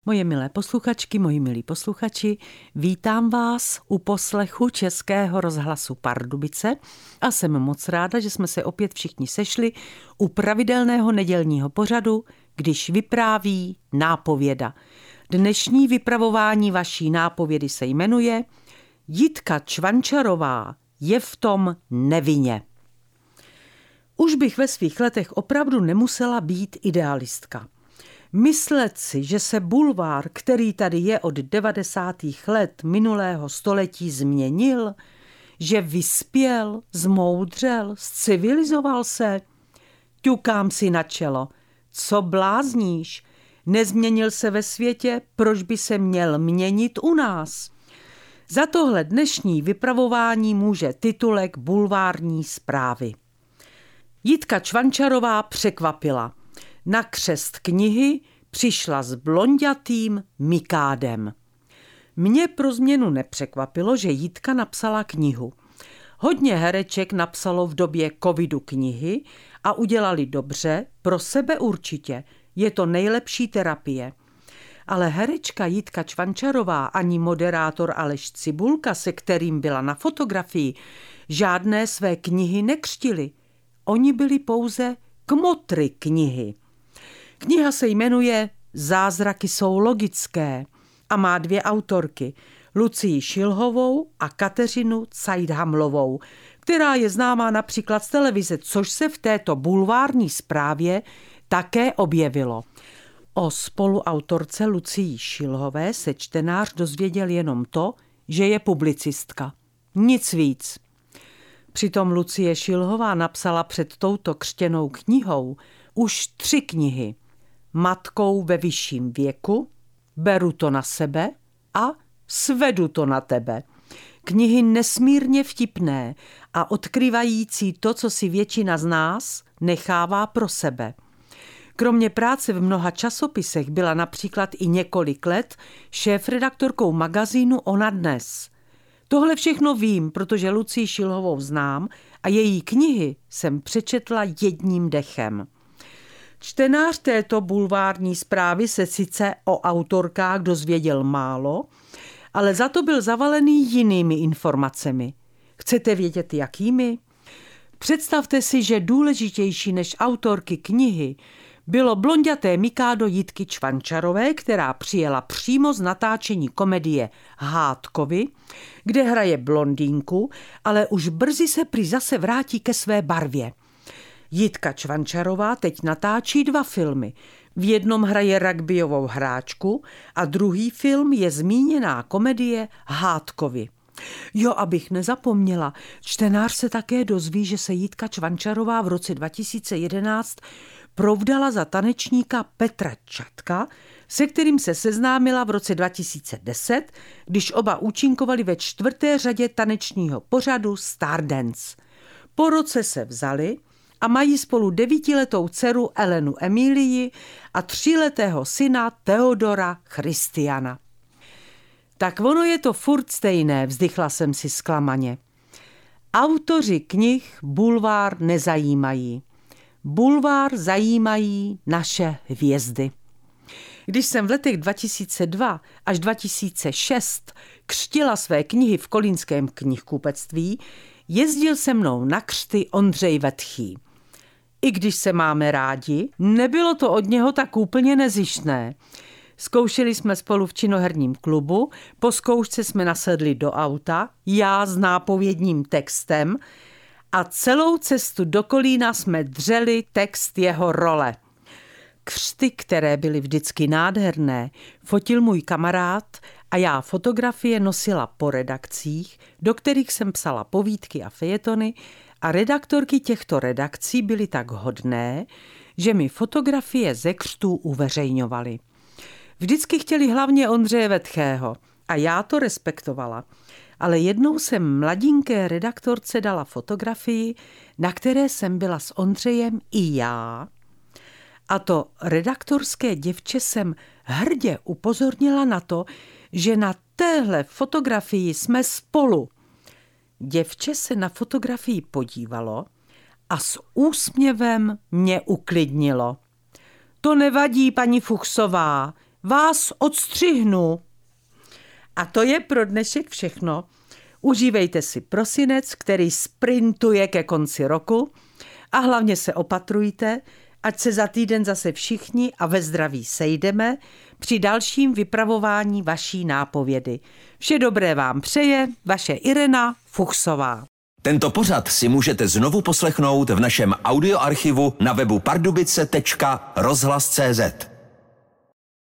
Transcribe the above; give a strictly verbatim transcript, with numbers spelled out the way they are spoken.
Moje milé posluchačky, moji milí posluchači, vítám vás u poslechu Českého rozhlasu Pardubice a jsem moc ráda, že jsme se opět všichni sešli u pravidelného nedělního pořadu, když vypráví nápověda. Dnešní vypravování vaší nápovědy se jmenuje Jitka Čvančarová je v tom nevinně. Už bych ve svých letech opravdu nemusela být idealistka. Myslet si, že se bulvár, který tady je od devadesátých let minulého století, změnil, že vyspěl, zmoudřel, zcivilizoval se, ťukám si na čelo. Co blázníš? Nezměnil se ve světě, proč by se měl měnit u nás? Za tohle dnešní vypravování může titulek bulvární zprávy. Jitka Čvančarová překvapila. Na křest knihy přišla s blonďatým Mikádem. Mě pro změnu nepřekvapilo, že Jitka napsala knihu. Hodně hereček napsalo v době covidu knihy a udělali dobře, pro sebe určitě. Je to nejlepší terapie. Ale herečka Jitka Čvančarová ani moderátor Aleš Cibulka, se kterým byla na fotografii, žádné své knihy nekřtili. Oni byli pouze kmotry knihy. Kniha se jmenuje Zázraky jsou logické a má dvě autorky, Lucii Šilhovou a Kateřinu Cajdhamlovou, která je známá například z televize, což se v této bulvární zprávě také objevilo. O spoluautorce Lucii Šilhové se čtenář dozvěděl jenom to, že je publicistka. Nic víc. Přitom Lucie Šilhová napsala před touto křtěnou knihou už tři knihy. Matkou ve vyšším věku, Beru to na sebe a Svedu to na tebe. Knihy nesmírně vtipné a odkryvající to, co si většina z nás nechává pro sebe. Kromě práce v mnoha časopisech byla například i několik let šéfredaktorkou magazínu Ona dnes. Tohle všechno vím, protože Lucii Šilhovou znám a její knihy jsem přečetla jedním dechem. Čtenář této bulvární zprávy se sice o autorkách dozvěděl málo, ale za to byl zavalený jinými informacemi. Chcete vědět, jakými? Představte si, že důležitější než autorky knihy bylo blonďaté Mikádo Jitky Čvančarové, která přijela přímo z natáčení komedie Hádkovi, kde hraje blondýnku, ale už brzy se prý zase vrátí ke své barvě. Jitka Čvančarová teď natáčí dva filmy. V jednom hraje rugbyovou hráčku a druhý film je zmíněná komedie Hádkovi. Jo, abych nezapomněla, čtenář se také dozví, že se Jitka Čvančarová v roce dva tisíce jedenáct provdala za tanečníka Petra Čatka, se kterým se seznámila v roce dva tisíce deset, když oba účinkovali ve čtvrté řadě tanečního pořadu Stardance. Po roce se vzali a mají spolu devítiletou dceru Elenu Emílii a tříletého syna Teodora Christiana. Tak ono je to furt stejné, vzdychla jsem si zklamaně. Autoři knih bulvár nezajímají. Bulvár zajímají naše hvězdy. Když jsem v letech dva tisíce dva až dva tisíce šest křtila své knihy v kolínském knihkupectví, jezdil se mnou na křty Ondřej Vetchý. I když se máme rádi, nebylo to od něho tak úplně nezištné. Zkoušeli jsme spolu v činoherním klubu, po zkoušce jsme nasedli do auta, já s nápovědním textem a celou cestu do Kolína jsme dřeli text jeho role. Křty, které byly vždycky nádherné, fotil můj kamarád a já fotografie nosila po redakcích, do kterých jsem psala povídky a fejetony a redaktorky těchto redakcí byly tak hodné, že mi fotografie ze křtů uveřejňovaly. Vždycky chtěli hlavně Ondřeje Vetchého a já to respektovala. Ale jednou jsem mladinké redaktorce dala fotografii, na které jsem byla s Ondřejem i já. A to redaktorské děvče jsem hrdě upozornila na to, že na téhle fotografii jsme spolu. Děvče se na fotografii podívalo a s úsměvem mě uklidnilo. To nevadí, paní Fuchsová, vás odstřihnu. A to je pro dnešek všechno. Užívejte si prosinec, který sprintuje ke konci roku a hlavně se opatrujte, ať se za týden zase všichni a ve zdraví sejdeme při dalším vypravování vaší nápovědy. Vše dobré vám přeje vaše Irena Fuchsová. Tento pořad si můžete znovu poslechnout v našem audioarchivu na webu pardubice tečka rozhlas tečka cé zet.